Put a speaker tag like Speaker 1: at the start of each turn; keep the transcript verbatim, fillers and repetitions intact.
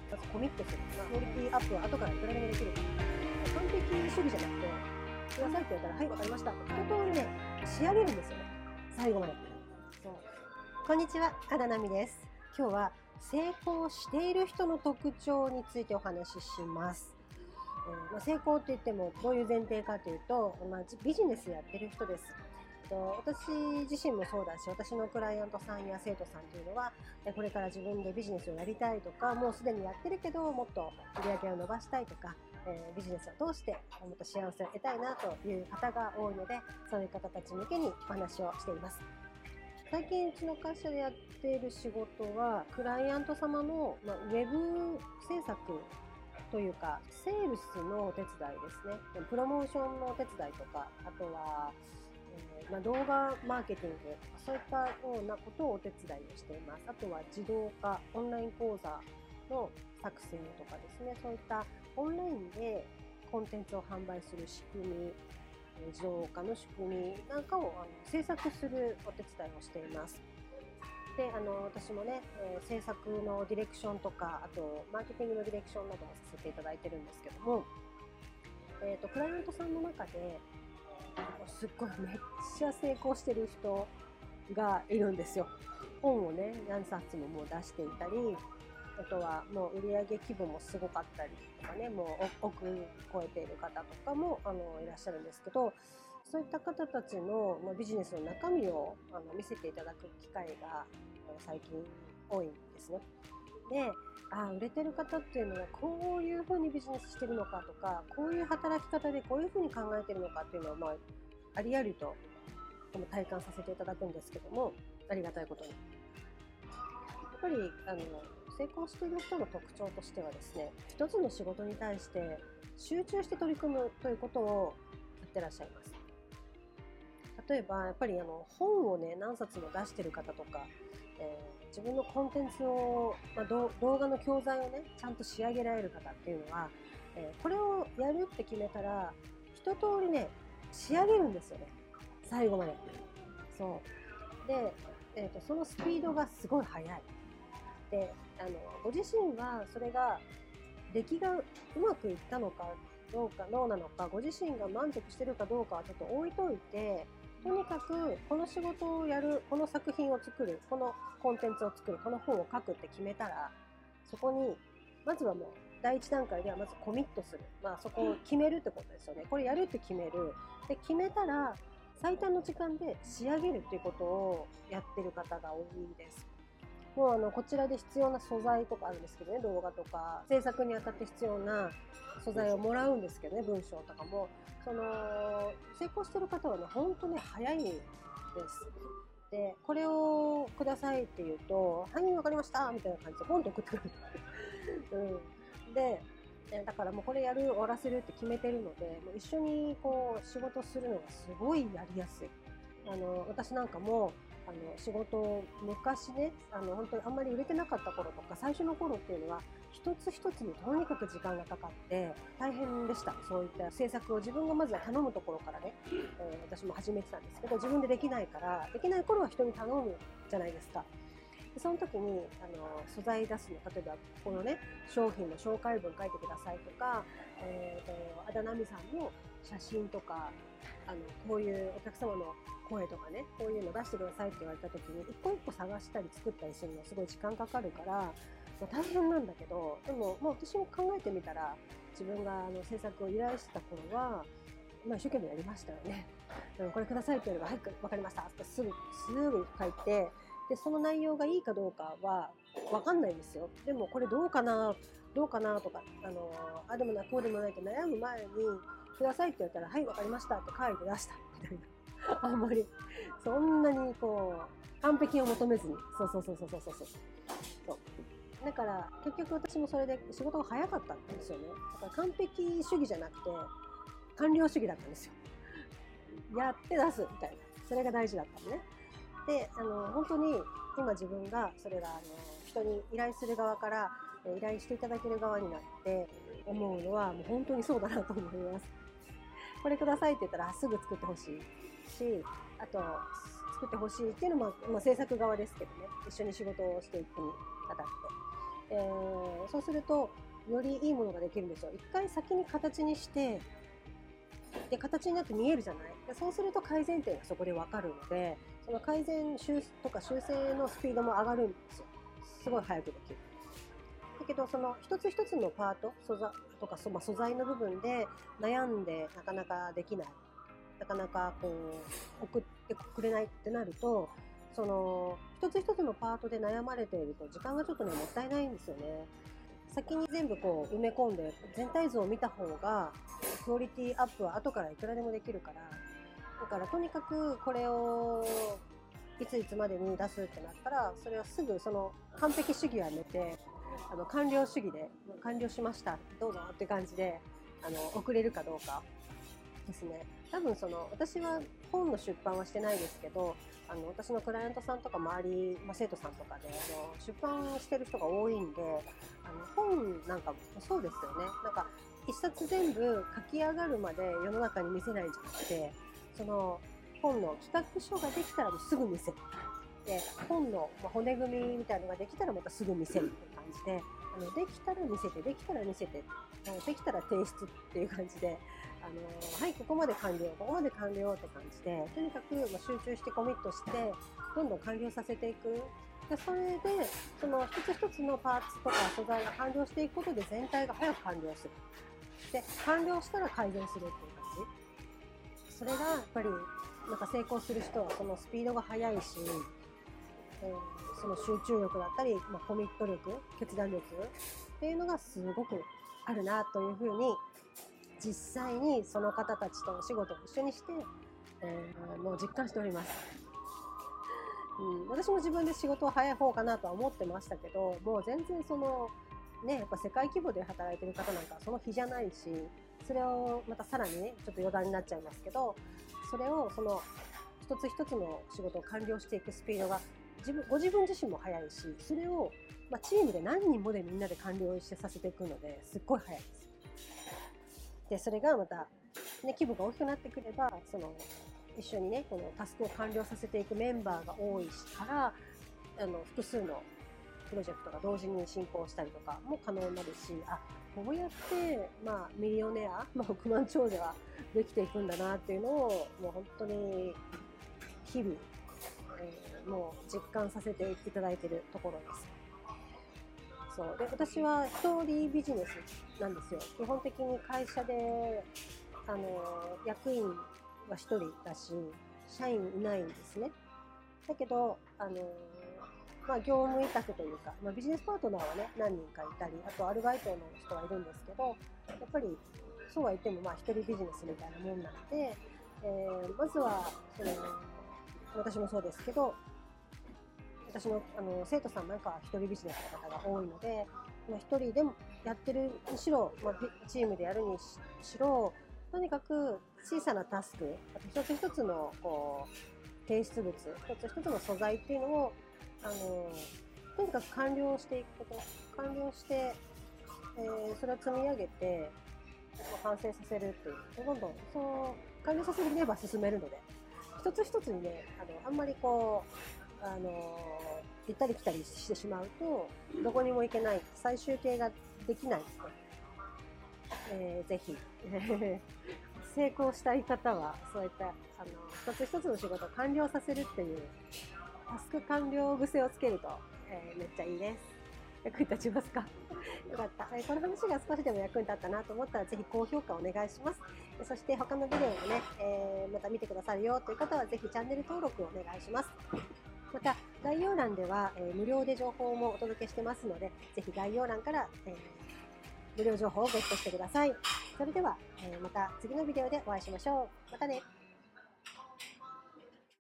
Speaker 1: まずコミットする、まあ、クオリティアップは後からいくらでもできるから、完璧主義じゃなくてくださいって言われたらはい分かりましたって一通りね仕上げるんですよね、最後まで。そうこんにちは、あだなみです。今日は成功している人の特徴についてお話しします。えーまあ、成功って言ってもどういう前提かというと、まあ、ビジネスやってる人です。私自身もそうだし、私のクライアントさんや生徒さんというのはこれから自分でビジネスをやりたいとか、もうすでにやってるけどもっと売り上げを伸ばしたいとか、えー、ビジネスを通してもっと幸せを得たいなという方が多いので、そういう方たち向けにお話をしています。最近うちの会社でやっている仕事はクライアント様の、まあ、ウェブ制作というかセールスのお手伝いですね。プロモーションのお手伝いとか、あとはえーまあ、動画マーケティング、そういったようなことをお手伝いをしています。あとは自動化、オンライン講座の作成とかですね、そういったオンラインでコンテンツを販売する仕組み、自動化の仕組みなんかをあの制作するお手伝いをしています。であの私もね、えー、制作のディレクションとか、あとマーケティングのディレクションなどもさせていただいてるんですけども、えーと、クライアントさんの中ですっごいめっちゃ成功してる人がいるんですよ。本をね何冊ももう出していたり、あとはもう売上規模もすごかったりとかね、もう億超えている方とかもあのいらっしゃるんですけど、そういった方たちのビジネスの中身をあの見せていただく機会が最近多いんですね。で、あ、売れてる方っていうのはこういうふうにビジネスしてるのかとか、こういう働き方でこういうふうに考えてるのかっていうのを、まあ、ありありと体感させていただくんですけども、ありがたいことにやっぱりあの成功している人の特徴としてはですね、一つの仕事に対して集中して取り組むということをやってらっしゃいます。例えばやっぱりあの本をね何冊も出してる方とか、えー、自分のコンテンツを、まあ、動画の教材をねちゃんと仕上げられる方っていうのは、えー、これをやるって決めたら一通りね仕上げるんですよね、最後まで。そうで、えーと、そのスピードがすごい速い。であのご自身はそれが出来がうまくいったのかどうかどうなのか、ご自身が満足してるかどうかはちょっと置いといて、とにかくこの仕事をやる、この作品を作る、このコンテンツを作る、この本を書くって決めたら、そこにまずはもう第一段階ではまずコミットする、まあ、そこを決めるってことですよね。これやるって決める。で決めたら最短の時間で仕上げるっていうことをやってる方が多いです。もうあのこちらで必要な素材とかあるんですけどね、動画とか制作にあたって必要な素材をもらうんですけどね、文章とかもその成功してる方はね本当ね早いんです。でこれをくださいって言うと「はい分かりました」みたいな感じでポンと送ってくる、うん、でだからもうこれやる終わらせるって決めてるので、もう一緒にこう仕事するのがすごいやりやすい。あの私なんかもあの仕事を昔ね、あの本当にあんまり売れてなかった頃とか最初の頃っていうのは一つ一つにとにかく時間がかかって大変でした。そういった制作を自分がまずは頼むところからね、えー、私も始めてたんですけど、自分でできないからできない頃は人に頼むじゃないですか。でその時にあの素材出すの、例えばこのね商品の紹介文書いてくださいとか、えーと、あだなみさんの写真とか、あのこういうお客様の声とかね、こういうの出してくださいって言われた時に一個一個探したり作ったりするのすごい時間かかるから、まあ、大変なんだけど、でも、まあ、私も考えてみたら自分があの制作を依頼してた頃は、まあ、一生懸命やりましたよね。これくださいって言われば「はい分かりました」ってすぐすぐ書いて、でその内容がいいかどうかは分かんないんですよ。でもこれどうかなどうかなとか、あのあでもなこうでもないって悩む前にくださいって言ったら「はい分かりました」って書いて出したみたいな。あんまりそんなにこう完璧を求めずに、そうそうそうそうそうそうそうだから結局私もそれで仕事が早かったんですよね。だから完璧主義じゃなくて完了主義だったんですよ。やって出すみたいな、それが大事だったのね。であの本当に今自分がそれがあの人に依頼する側から依頼していただける側になって思うのはもう本当にそうだなと思います。これくださいって言ったらすぐ作ってほしいし、あと作ってほしいっていうのも、まあ、制作側ですけどね、一緒に仕事をしていくにあたってえー、そうするとよりいいものができるんですよ。一回先に形にしてで形になって見えるじゃない。でそうすると改善点がそこで分かるので、その改善修とか修正のスピードも上がるんですよ。すごい早くできる。だけどその一つ一つのパート素材とか そ,、まあ、素材の部分で悩んでなかなかできない、なかなかこう送ってくれないってなると、その一つ一つのパートで悩まれていると時間がちょっとねもったいないんですよね。先に全部こう埋め込んで全体像を見た方がクオリティアップは後からいくらでもできるから、だからとにかくこれをいついつまでに出すってなったら、それはすぐその完璧主義はやめて、あの完了主義で完了しましたどうぞって感じであの送れるかどうかですね。多分その私は本の出版はしてないですけど、あの私のクライアントさんとか周り、まあ、生徒さんとかであの出版してる人が多いんで、あの本なんかもそうですよね。なんか一冊全部書き上がるまで世の中に見せないんじゃなくて、その本の企画書ができたらもうすぐ見せる。で本の骨組みみたいなのができたらまたすぐ見せるっていう感じで、あのできたら見せてできたら見せてできたら提出っていう感じで、あのはいここまで完了ここまで完了って感じで、とにかくまあ集中してコミットしてどんどん完了させていく。でそれでその一つ一つのパーツとか素材が完了していくことで全体が早く完了する。で完了したら改善するっていう感じ。それがやっぱりなんか成功する人はそのスピードが速いし、えー、その集中力だったり、まあ、コミット力、決断力っていうのがすごくあるなというふうに、実際にその方たちとお仕事を一緒にして、えー、もう実感しております。うん、私も自分で仕事は早い方かなとは思ってましたけど、もう全然そのね、やっぱ世界規模で働いてる方なんかその日じゃないし、それをまたさらにねちょっと余談になっちゃいますけど、それをその一つ一つの仕事を完了していくスピードが自分ご自分自身も速いし、それを、まあ、チームで何人もでみんなで完了してさせていくのですっごい速いです。でそれがまた、ね、規模が大きくなってくれば、その一緒にねこのタスクを完了させていくメンバーが多いからあの複数のプロジェクトが同時に進行したりとかも可能になるし、あこうやって、まあ、ミリオネア、まあ、億万長者はできていくんだなっていうのをもう本当に日々、えー、もう実感させていただいているところです。そうで私は一人ビジネスなんですよ。基本的に会社であの役員は一人だし社員いないんですね。だけどあの、まあ、業務委託というか、まあ、ビジネスパートナーはね何人かいたり、あとアルバイトの人はいるんですけど、やっぱりそうは言ってもまあ一人ビジネスみたいなもんなので、えー、まずはその私もそうですけど、私の、あの生徒さんなんかは一人ビジネスの方が多いので、まあ、一人でもやってるにしろ、まあ、チームでやるにしろ、とにかく小さなタスク、あと一つ一つのこう提出物、一つ一つの素材っていうのをあのとにかく完了していくこと、完了して、えー、それを積み上げて完成させるっていう、どんどんそう完了させれば進めるので、一つ一つにね、あのあんまりこうあの行ったり来たりしてしまうとどこにも行けない、最終形ができないですね。えー、ぜひ成功したい方はそういったあの一つ一つの仕事を完了させるっていうタスク完了癖をつけると、えー、めっちゃいいです。役に立ちますかよかった、えー、この話が少しでも役に立ったなと思ったらぜひ高評価お願いします。そして他のビデオもね、えー、また見てくださるよという方はぜひチャンネル登録をお願いします。また概要欄では、えー、無料で情報もお届けしてますので、ぜひ概要欄から、えー、無料情報をゲットしてください。それでは、えー、また次のビデオでお会いしましょう。またね。